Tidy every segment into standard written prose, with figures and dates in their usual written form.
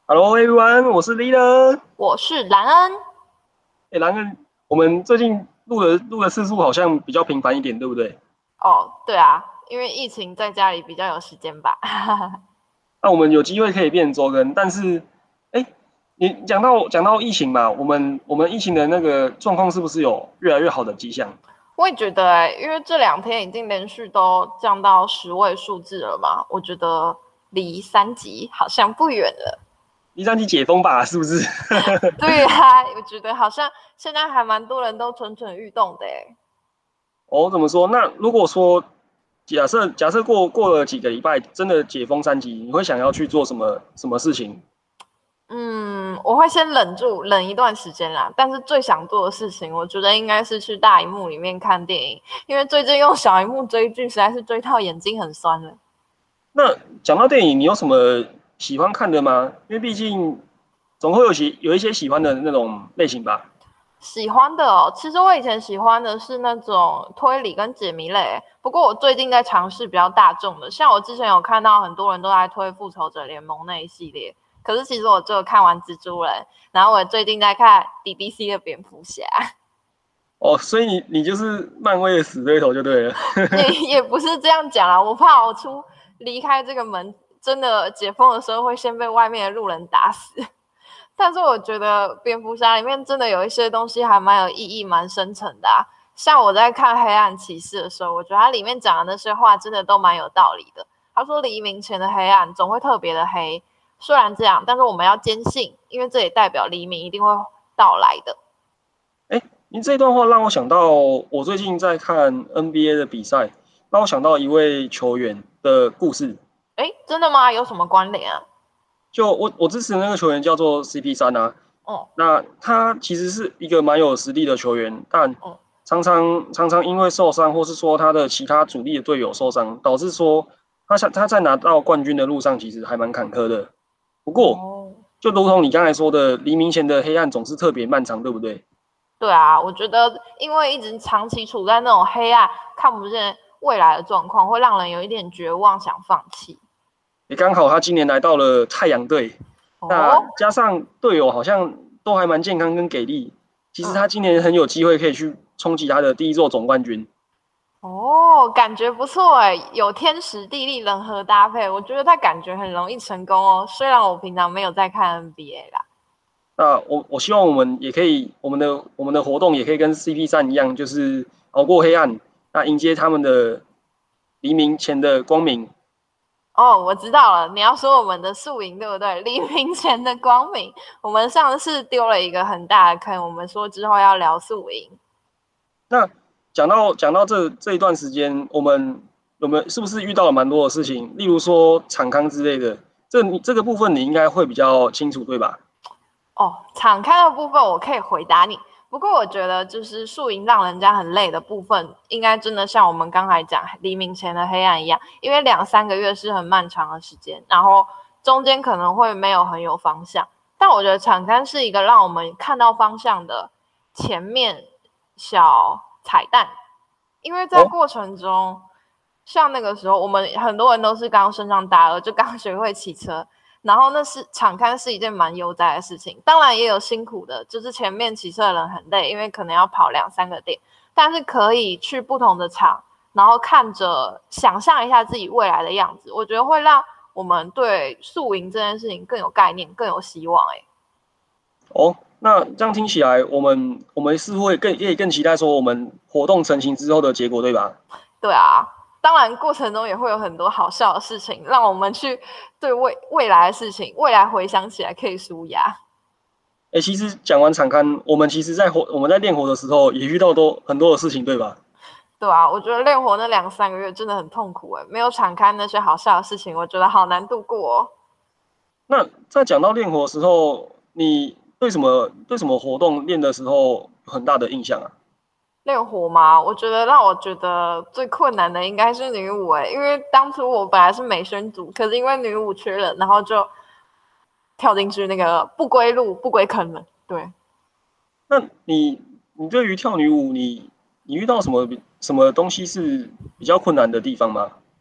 Hello everyone，我是 Leader。 我是兰恩。 兰恩，我们最近录的次数好像比较频繁一点，对不对？ 哦，对啊，因为疫情在家里比较有时间吧。 那我们有机会可以变周更，但是，哎，你讲到疫情嘛，我们疫情的那个状况是不是有越来越好的迹象？ 我也觉得因为这2天已经连续都降到10位数字了嘛，我觉得离3级好像不远了。 第三季解封吧，是不是？ 对啊，我觉得好像现在还蛮多人都蠢蠢欲动的诶。 哦，怎么说？那如果说假设过了几个礼拜，真的解封3级，你会想要去做什么事情？ 我会先忍住，忍一段时间啦。但是最想做的事情，我觉得应该是去大荧幕里面看电影，因为最近用小荧幕追剧，实在是追到眼睛很酸了。 那讲到电影，你有什么喜欢看的吗？因为毕竟总会有一些喜欢的那种类型吧。 喜欢的哦，其实我以前喜欢的是那种推理跟解谜类，不过我最近在尝试比较大众的，像我之前有看到很多人都在推复仇者联盟那一系列，可是其实我只有看完蜘蛛人，然后我最近在看 BBC 的蝙蝠侠。 哦，所以你就是漫威的死对头就对了。 也不是这样讲啦，我怕我离开这个门，真的解封的时候会先被外面的路人打死。但是我觉得蝙蝠侠里面真的有一些东西还蛮有意义、蛮深层的啊。像我在看《黑暗骑士》的时候，我觉得它里面讲的那些话真的都蛮有道理的。他说黎明前的黑暗总会特别的黑，虽然这样，但是我们要坚信，因为这也代表黎明一定会到来的。 哎，您这段话让我想到，我最近在看 NBA 的比赛，让我想到一位球员的故事。 诶，真的吗？有什么关联啊？ 就我支持的那个球员叫做 CP3啊， 嗯那他其实是一个蛮有实力的球员，但嗯。 常常因为受伤，或是说他的其他主力的队友受伤，导致说他在拿到冠军的路上其实还蛮坎坷的。不过， 哦， 就如同你刚才说的，黎明前的黑暗总是特别漫长，对不对？ 对啊，我觉得因为一直长期处在那种黑暗、看不见未来的状况，会让人有一点绝望，想放弃。 也刚好他今年来到了太阳队，那哦， 加上队友好像都还蛮健康跟给力，其实他嗯， 今年很有机会可以去冲击他的第一座总冠军。 哦，感觉不错哎，有天时地利人和搭配，我觉得他感觉很容易成功哦。虽然我平常没有在看 NBA 啦。 那我希望我们也可以，我们的活动也可以跟 CP3一样，就是熬过黑暗，那迎接他们的黎明前的光明。 哦，我知道了，你要说我们的宿营对不对？黎明前的光明，我们上次丢了一个很大的坑，我们说之后要聊宿营。 那讲到这一段时间，我们有没有是不是遇到了蛮多的事情？例如说产康之类的，这个部分你应该会比较清楚，对吧？ 哦，敞开的部分我可以回答你，不过我觉得就是宿营让人家很累的部分，应该真的像我们刚才讲黎明前的黑暗一样，因为2、3个月是很漫长的时间，然后中间可能会没有很有方向，但我觉得敞开是一个让我们看到方向的前面小彩蛋，因为在哦， 过程中，像那个时候我们很多人都是刚升上大二，就刚学会骑车。然后那是场刊是一件蛮悠哉的事情，当然也有辛苦的，就是前面骑车的人很累，因为可能要跑2、3个点，但是可以去不同的场，然后看着想象一下自己未来的样子，我觉得会让我们对宿营这件事情更有概念，更有希望。 哦，那这样听起来，我们是会更期待说我们活动成型之后的结果，对吧？ 对啊，当然过程中也会有很多好笑的事情，让我们去对未来的事情，未来回想起来可以舒压。 哎，其实讲完场刊，我们其实我们在练活的时候也遇到很多的事情，对吧？ 对啊，我觉得练活那2、3个月真的很痛苦诶，没有敞开那些好笑的事情，我觉得好难度过哦。 那在讲到练活的时候，你对什么活动练的时候有很大的印象啊？ 练活吗？我觉得让我觉得最困难的应该是女舞诶，因为当初我本来是美宣组，可是因为女舞缺人，然后就跳进去那个不归路、不归坑了。对， 那你对于跳女舞，你遇到什么东西是比较困难的地方吗？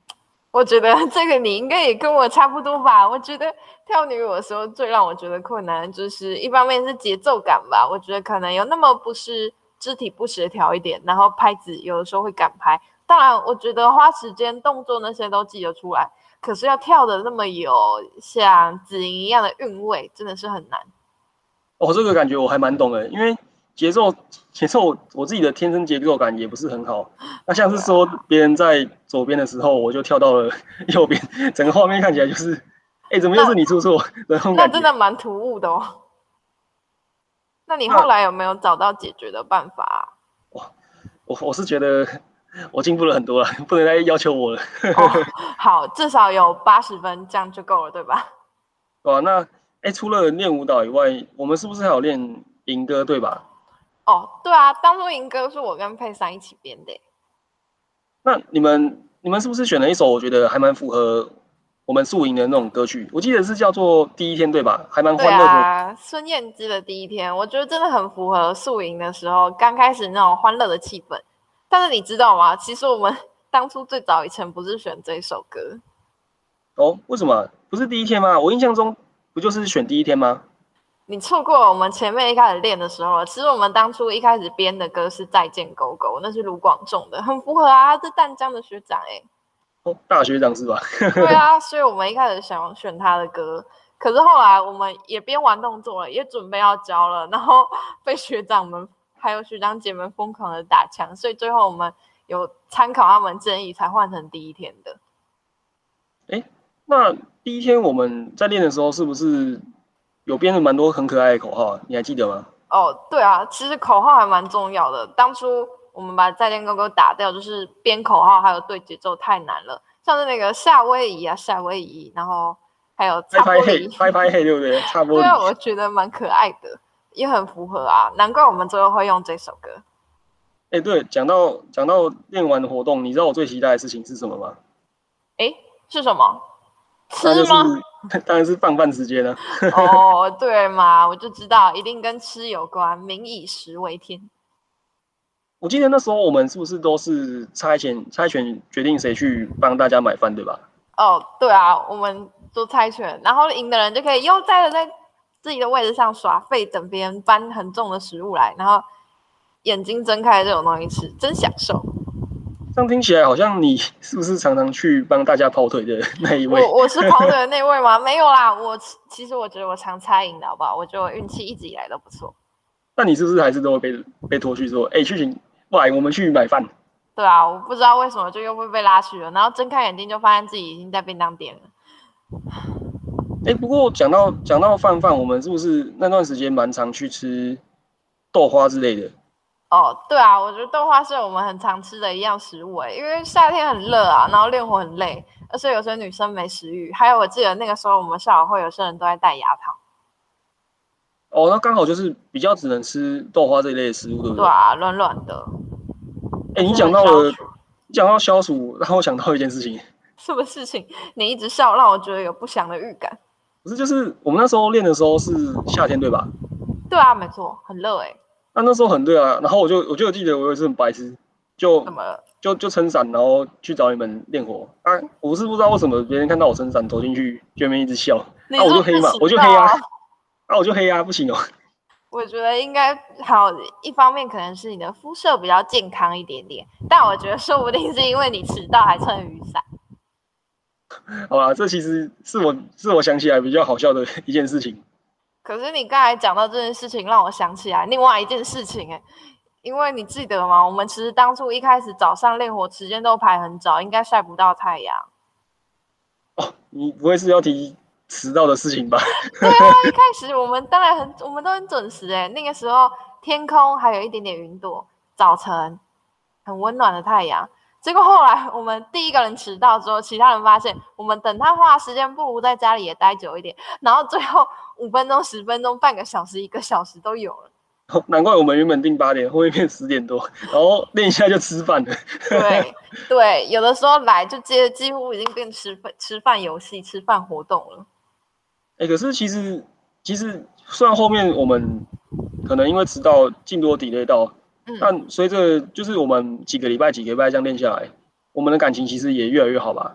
我觉得这个你应该也跟我差不多吧。我觉得跳女舞的时候，最让我觉得困难的就是一方面是节奏感吧，我觉得可能有那么不是肢体不协调一点，然后拍子有的时候会赶拍。当然，我觉得花时间动作那些都记得出来，可是要跳的那么有像子莹一样的韵味，真的是很难。 哦，这个感觉我还蛮懂的，因为节奏我自己的天生节奏感也不是很好。那像是说别人在左边的时候，我就跳到了右边，整个画面看起来就是，哎，怎么又是你出错的那种感觉？ 那真的蛮突兀的哦。那你后来有没有找到解决的办法啊？ 哇，我是觉得我进步了很多了，不能再要求我了。 哦，好，至少有80分，这样就够了，对吧？ 对吧？那哎，除了练舞蹈以外，我们是不是还有练吟歌，对吧？ 哦，对啊，当初银歌是我跟佩珊一起编的。 那你们是不是选了一首我觉得还蛮符合我们宿营的那种歌曲？我记得是叫做《第一天》，对吧？还蛮对欢乐的。 啊，孙燕姿的第一天，我觉得真的很符合宿营的时候刚开始那种欢乐的气氛。但是你知道吗？其实我们当初最早以前不是选这首歌。 哦，为什么不是第一天吗？我印象中不就是选第一天吗？ 你错过了我们前面一开始练的时候了。其实我们当初一开始编的歌是《再见狗狗》，那是卢广仲的，很符合啊，他是淡江的学长哎。 哦，大学长是吧？ 对啊，所以我们一开始想选他的歌，可是后来我们也编完动作了，也准备要交了，然后被学长们还有学长姐们疯狂的打枪，所以最后我们有参考他们建议才换成第一天的。 哎，那第一天我们在练的时候，是不是有编了蛮多很可爱的口号啊？你还记得吗？ 哦，对啊，其实口号还蛮重要的。当初我们把再见哥哥打掉，就是编口号还有对节奏太难了，像是那个夏威夷啊，夏威夷，然后还有拍拍嘿， 擦玻璃， 拍拍嘿，对不对？差不多。 对啊，我觉得蛮可爱的，也很符合啊，难怪我们最后会用这首歌。 哎，对，讲到练完的活动，你知道我最期待的事情是什么吗？ 诶，是什么？ 那就是吃吗？ 当然是放饭时间了。 哦，对嘛，我就知道一定跟吃有关，民以食为天。 我记得那时候我们是不是都是猜拳决定谁去帮大家买饭，对吧？ 哦，对啊，我们做猜拳，然后赢的人就可以悠哉的在自己的位置上耍废，等别人搬很重的食物来，然后眼睛睁开这种东西吃，真享受。 这样听起来好像你是不是常常去帮大家跑腿的那一位？ 我是跑腿的那位吗？没有啦，其实我觉得我常猜赢的，好不好？我觉得我运气一直以来都不错。 那你是不是还是都会被拖去说，哎，来，我们去买饭？ 对啊，我不知道为什么就又会被拉去了，然后睁开眼睛就发现自己已经在便当店了。 哎，不过讲到饭，我们是不是那段时间蛮常去吃豆花之类的？ 哦，对啊，我觉得豆花是我们很常吃的一样食物诶，因为夏天很热啊，然后练活很累，而且有些女生没食欲。还有我记得那个时候我们校友会有些人都在戴牙套。 哦，那刚好就是比较只能吃豆花这一类的食物，对不对？ 对啊，软软的。 哎，你讲到消暑，让我想到一件事情， 什么事情？你一直笑，让我觉得有不祥的预感。 不是就是我们那时候练的时候是夏天，对吧？ 对啊，没错，很热诶。 那时候很对啊，然后我就记得我有一次很白痴，就怎么了？ 就撑伞，然后去找你们练活啊。我是不知道为什么别人看到我撑伞走进去，就那边一直笑，我就黑嘛，我就黑啊，我就黑啊，不行哦。 我觉得应该好，一方面可能是你的肤色比较健康一点点，但我觉得说不定是因为你迟到还撑雨伞。 好啦，这其实是我想起来比较好笑的一件事情。 可是你刚才讲到这件事情，让我想起来另外一件事情因为你记得吗？我们其实当初一开始早上练活时间都排很早，应该晒不到太阳。 哦，你不会是要提迟到的事情吧？ 对啊，一开始我们当然我们都很准时那个时候天空还有一点点云朵，早晨很温暖的太阳。结果后来我们第一个人迟到之后，其他人发现我们等他花的时间不如在家里也待久一点，然后最后5分钟、10分钟、半个小时、1个小时都有了。 难怪我们原本定8点，后面变10点多，然后练一下就吃饭了。 对对，有的时候来就几乎已经变吃饭游戏、吃饭活动了。 可是其实虽然后面我们可能因为迟到进多delay到，但随着就是我们几个礼拜这样练下来，我们的感情其实也越来越好吧。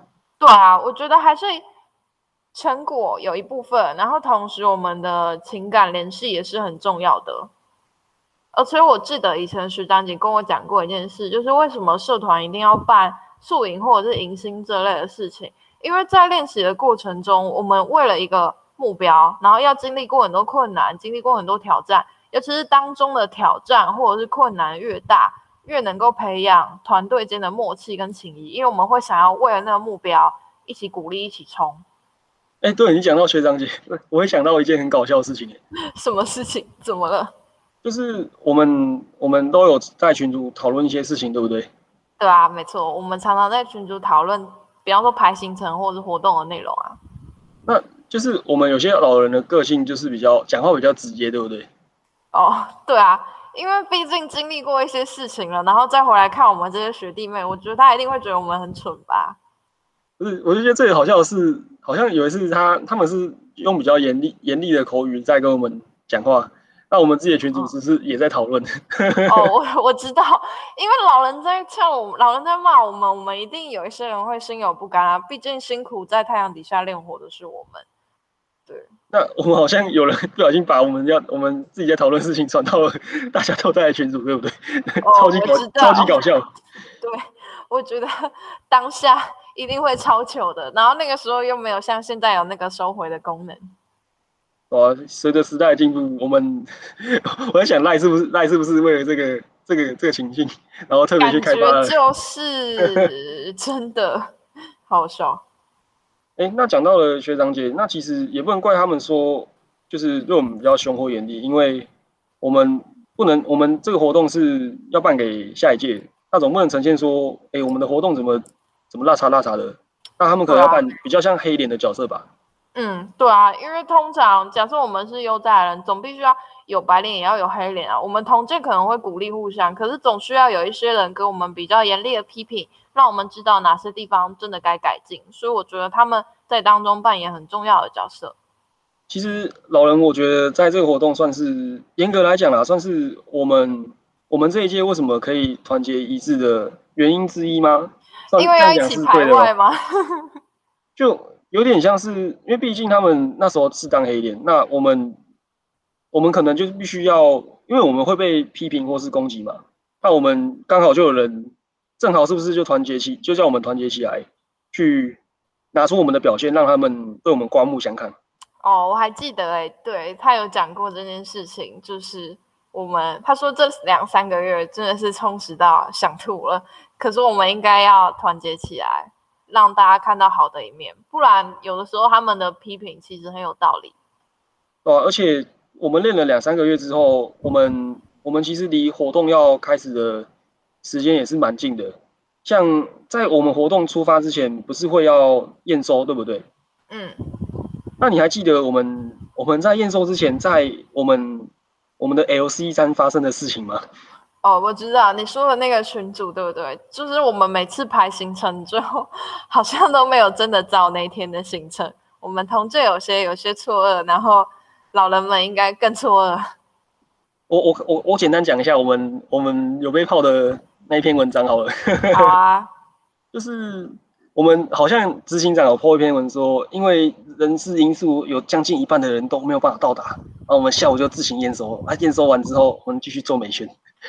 对啊，我觉得还是成果有一部分，然后同时我们的情感联系也是很重要的。而且我记得以前学长姐跟我讲过一件事，就是为什么社团一定要办宿营或者是迎新这类的事情，因为在练习的过程中，我们为了一个目标，然后要经历过很多困难，经历过很多挑战，尤其是当中的挑战或者是困难越大，越能够培养团队间的默契跟情谊，因为我们会想要为了那个目标一起鼓励，一起冲。 对你讲到学长姐，我会想到一件很搞笑的事情， 什么事情？怎么了？ 就是我们都有在群组讨论一些事情，对不对？ 对啊，没错，我们常常在群组讨论，比方说排行程或者是活动的内容啊。 那就是我们有些老人的个性就是比较讲话比较直接，对不对？ 哦，对啊，因为毕竟经历过一些事情了，然后再回来看我们这些学弟妹，我觉得他一定会觉得我们很蠢吧。 不是，我就觉得最好笑的是，好像有一次他们是用比较严厉的口语在跟我们讲话，那我们自己的群组只是也在讨论。 哦，我知道，因为老人在呛我们，老人在骂我们，我们一定有一些人会心有不甘啊。毕竟辛苦在太阳底下练活的是我们。对。 那我们好像有人不小心把我们自己在讨论事情传到了大家都在的群组，对不对？超级搞笑。 对，我觉得当下一定会超糗的，然后那个时候又没有像现在有那个收回的功能。 随着时代的进步，我在想赖是不是为了这个情境，然后特别去开发了， 就是真的好笑。 那讲到了学长姐，那其实也不能怪他们说，就是对我们比较凶或严厉，因为我们我们这个活动是要办给下一届，那总不能呈现说，我们的活动怎么拉碴的，那他们可能要扮比较像黑脸的角色吧。 对啊，因为通常假设我们是优待人，总必须要有白脸，也要有黑脸啊。我们同届可能会鼓励互相，可是总需要有一些人给我们比较严厉的批评，让我们知道哪些地方真的该改进。所以我觉得他们在当中扮演很重要的角色。 其实老人，我觉得在这个活动算是严格来讲啦，算是我们这一届为什么可以团结一致的原因之一吗？ 因为要一起排外吗？ 就有点像是，因为毕竟他们那时候是当黑脸，那我们可能就是必须要，因为我们会被批评或是攻击嘛，那我们刚好就有人正好是不是就就叫我们团结起来，去拿出我们的表现，让他们对我们刮目相看。 哦，我还记得对，他有讲过这件事情，就是他说这2-3个月真的是充实到想吐了，可是我们应该要团结起来，让大家看到好的一面，不然有的时候他们的批评其实很有道理。 而且我们练了2-3个月之后，我们其实离活动要开始的时间也是蛮近的。像在我们活动出发之前，不是会要验收，对不对？那你还记得我们在验收之前，在我们的 LC3发生的事情吗？ 哦，我知道你说的那个群组，对不对？就是我们每次排行程之后，好像都没有真的照那天的行程。我们同届有些错愕，然后老人们应该更错愕。 我简单讲一下我们有被泡的那一篇文章好了。 好啊。 就是我们好像执行长有 po 一篇文说，因为人事因素，有将近一半的人都没有办法到达，然后我们下午就自行验收，验收完之后，我们继续做美宣。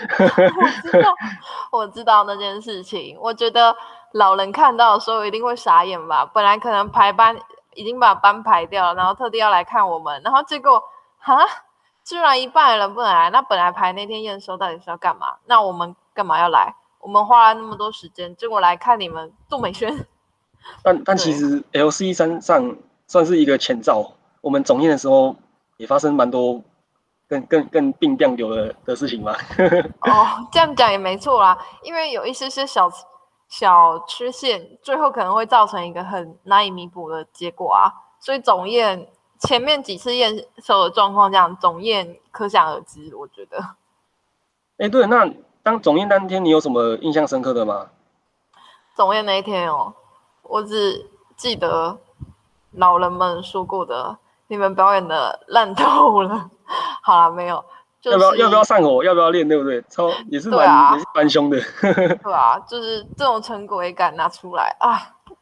我知道那件事情，我觉得老人看到的时候一定会傻眼吧。本来可能排班已经把班排掉了，然后特地要来看我们，然后结果居然一半的人不能来。那本来排那天验收到底是要干嘛？那我们干嘛要来？我们花了那么多时间，结果来看你们做美宣。 但其实 LC3上算是一个前兆，我们总验的时候也发生蛮多更并变流的事情嘛。 这样讲也没错啦，因为有一些小缺陷，最后可能会造成一个很难以弥补的结果啊。所以总验前面几次验收的状况，这样总验可想而知，我觉得。 对，那当总验当天，你有什么印象深刻的吗？ 总验那一天我只记得老人们说过的，你们表演的烂透了。好啦，没有，就是要不要上火，要不要练，对不对？也是蛮凶的。 对啊，就是这种成果也敢拿出来啊！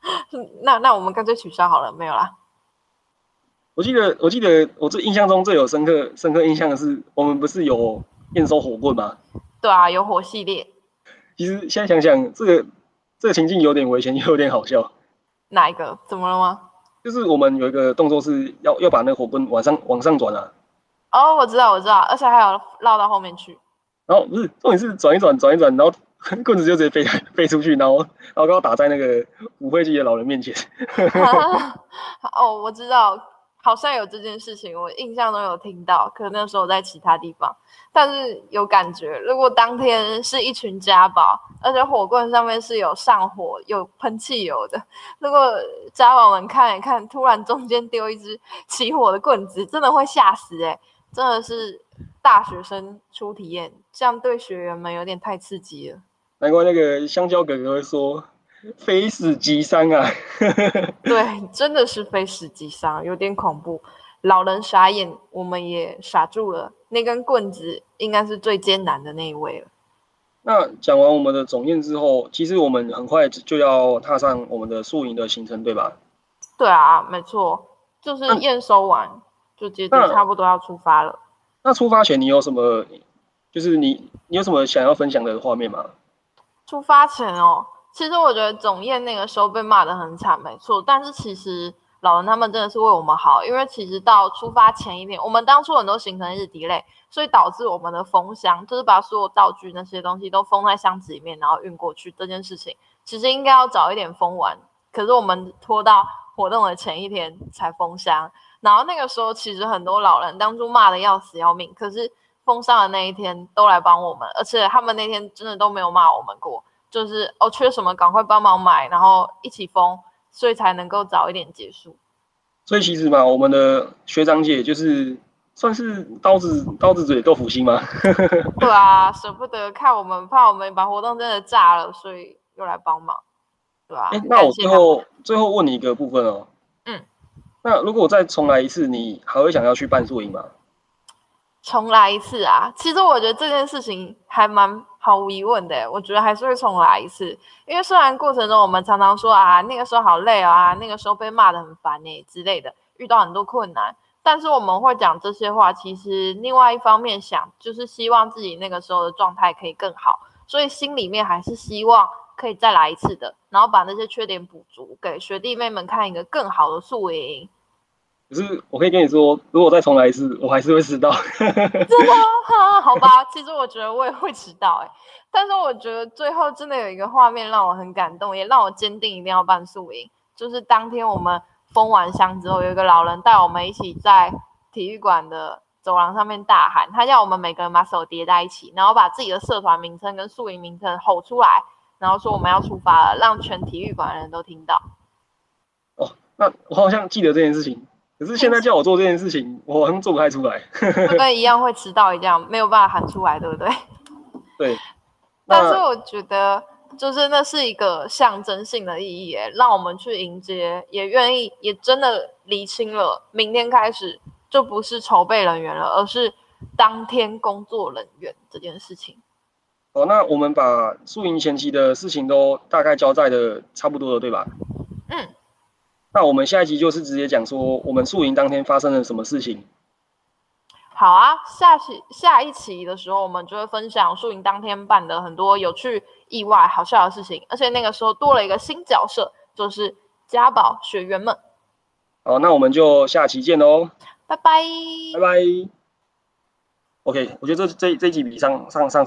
那我们干脆取消好了，没有啦。 我记得我这印象中最有深刻印象的是，我们不是有验收火棍吗？ 对啊，有火系列。 其实现在想想，这个情境有点危险，又有点好笑。 哪一个？怎么了吗？ 就是我们有一个动作是要把那个火棍往上转啊， 哦，我知道，而且还有绕到后面去。 然后不是重点是转一转，然后棍子就直接飞出去，然后刚好打在那个舞会季的老人面前。 哦，我知道，好像有这件事情，我印象中有听到，可能那时候在其他地方，但是有感觉，如果当天是一群家宝，而且火棍上面是有上火、有喷汽油的，如果家宝们看一看，突然中间丢一支起火的棍子，真的会吓死真的是大学生初体验，这样对学员们有点太刺激了。 难怪那个香蕉哥哥会说非死即伤啊。 对，真的是非死即伤，有点恐怖。老人傻眼，我们也傻住了。那根棍子应该是最艰难的那一位了。 那讲完我们的总验之后，其实我们很快就要踏上我们的宿营的行程，对吧？ 对啊，没错，就是验收完就接着差不多要出发了。 那出发前你有什么，就是你有什么想要分享的画面吗？ 出发前哦，其实我觉得总验那个时候被骂得很惨，没错。但是其实老人他们真的是为我们好，因为其实到出发前一天，我们当初很多行程是 delay，所以导致我们的封箱，就是把所有道具那些东西都封在箱子里面，然后运过去。这件事情其实应该要早一点封完，可是我们拖到活动的前一天才封箱。然后那个时候其实很多老人当初骂的要死要命，可是封箱的那一天都来帮我们，而且他们那天真的都没有骂我们过，就是缺什么赶快帮忙买，然后一起封，所以才能够早一点结束。 所以其实嘛，我们的学长姐就是算是刀子嘴豆腐心嘛。 对啊，舍不得看我们，怕我们把活动真的炸了，所以又来帮忙，对啊。 那我最后问你一个部分哦。那如果再重来一次，你还会想要去办宿营吗？ 重来一次啊！其实我觉得这件事情还蛮毫无疑问的，我觉得还是会重来一次。因为虽然过程中我们常常说啊，那个时候好累啊，那个时候被骂得很烦之类的，遇到很多困难，但是我们会讲这些话，其实另外一方面想，就是希望自己那个时候的状态可以更好，所以心里面还是希望可以再来一次的，然后把那些缺点补足，给学弟妹们看一个更好的宿营。 可是我可以跟你说，如果再重来一次，我还是会迟到。 真的啊？好吧，其实我觉得我也会迟到但是我觉得最后真的有一个画面让我很感动，也让我坚定一定要办宿营，就是当天我们封完箱之后，有一个老人带我们一起在体育馆的走廊上面大喊，他叫我们每个人把手叠在一起，然后把自己的社团名称跟宿营名称吼出来，然后说我们要出发了，让全体育馆的人都听到。 哦，那我好像记得这件事情。可是现在叫我做这件事情，我好像做不太出来。 就跟一样会迟到一样，没有办法喊出来，对不对？ 对。 但是我觉得，就是那是一个象征性的意义，让我们去迎接，也愿意，也真的厘清了，明天开始就不是筹备人员了，而是当天工作人员这件事情。 哦，那我们把宿营前期的事情都大概交代的差不多了，对吧？那我们下一集就是直接讲说我们宿营当天发生了什么事情。 好啊，下一期的时候，我们就会分享宿营当天办的很多有趣、意外、好笑的事情，而且那个时候多了一个新角色，就是家宝学员们。 好，那我们就下期见喽， 拜拜， 拜拜。OK， 我觉得这一集比上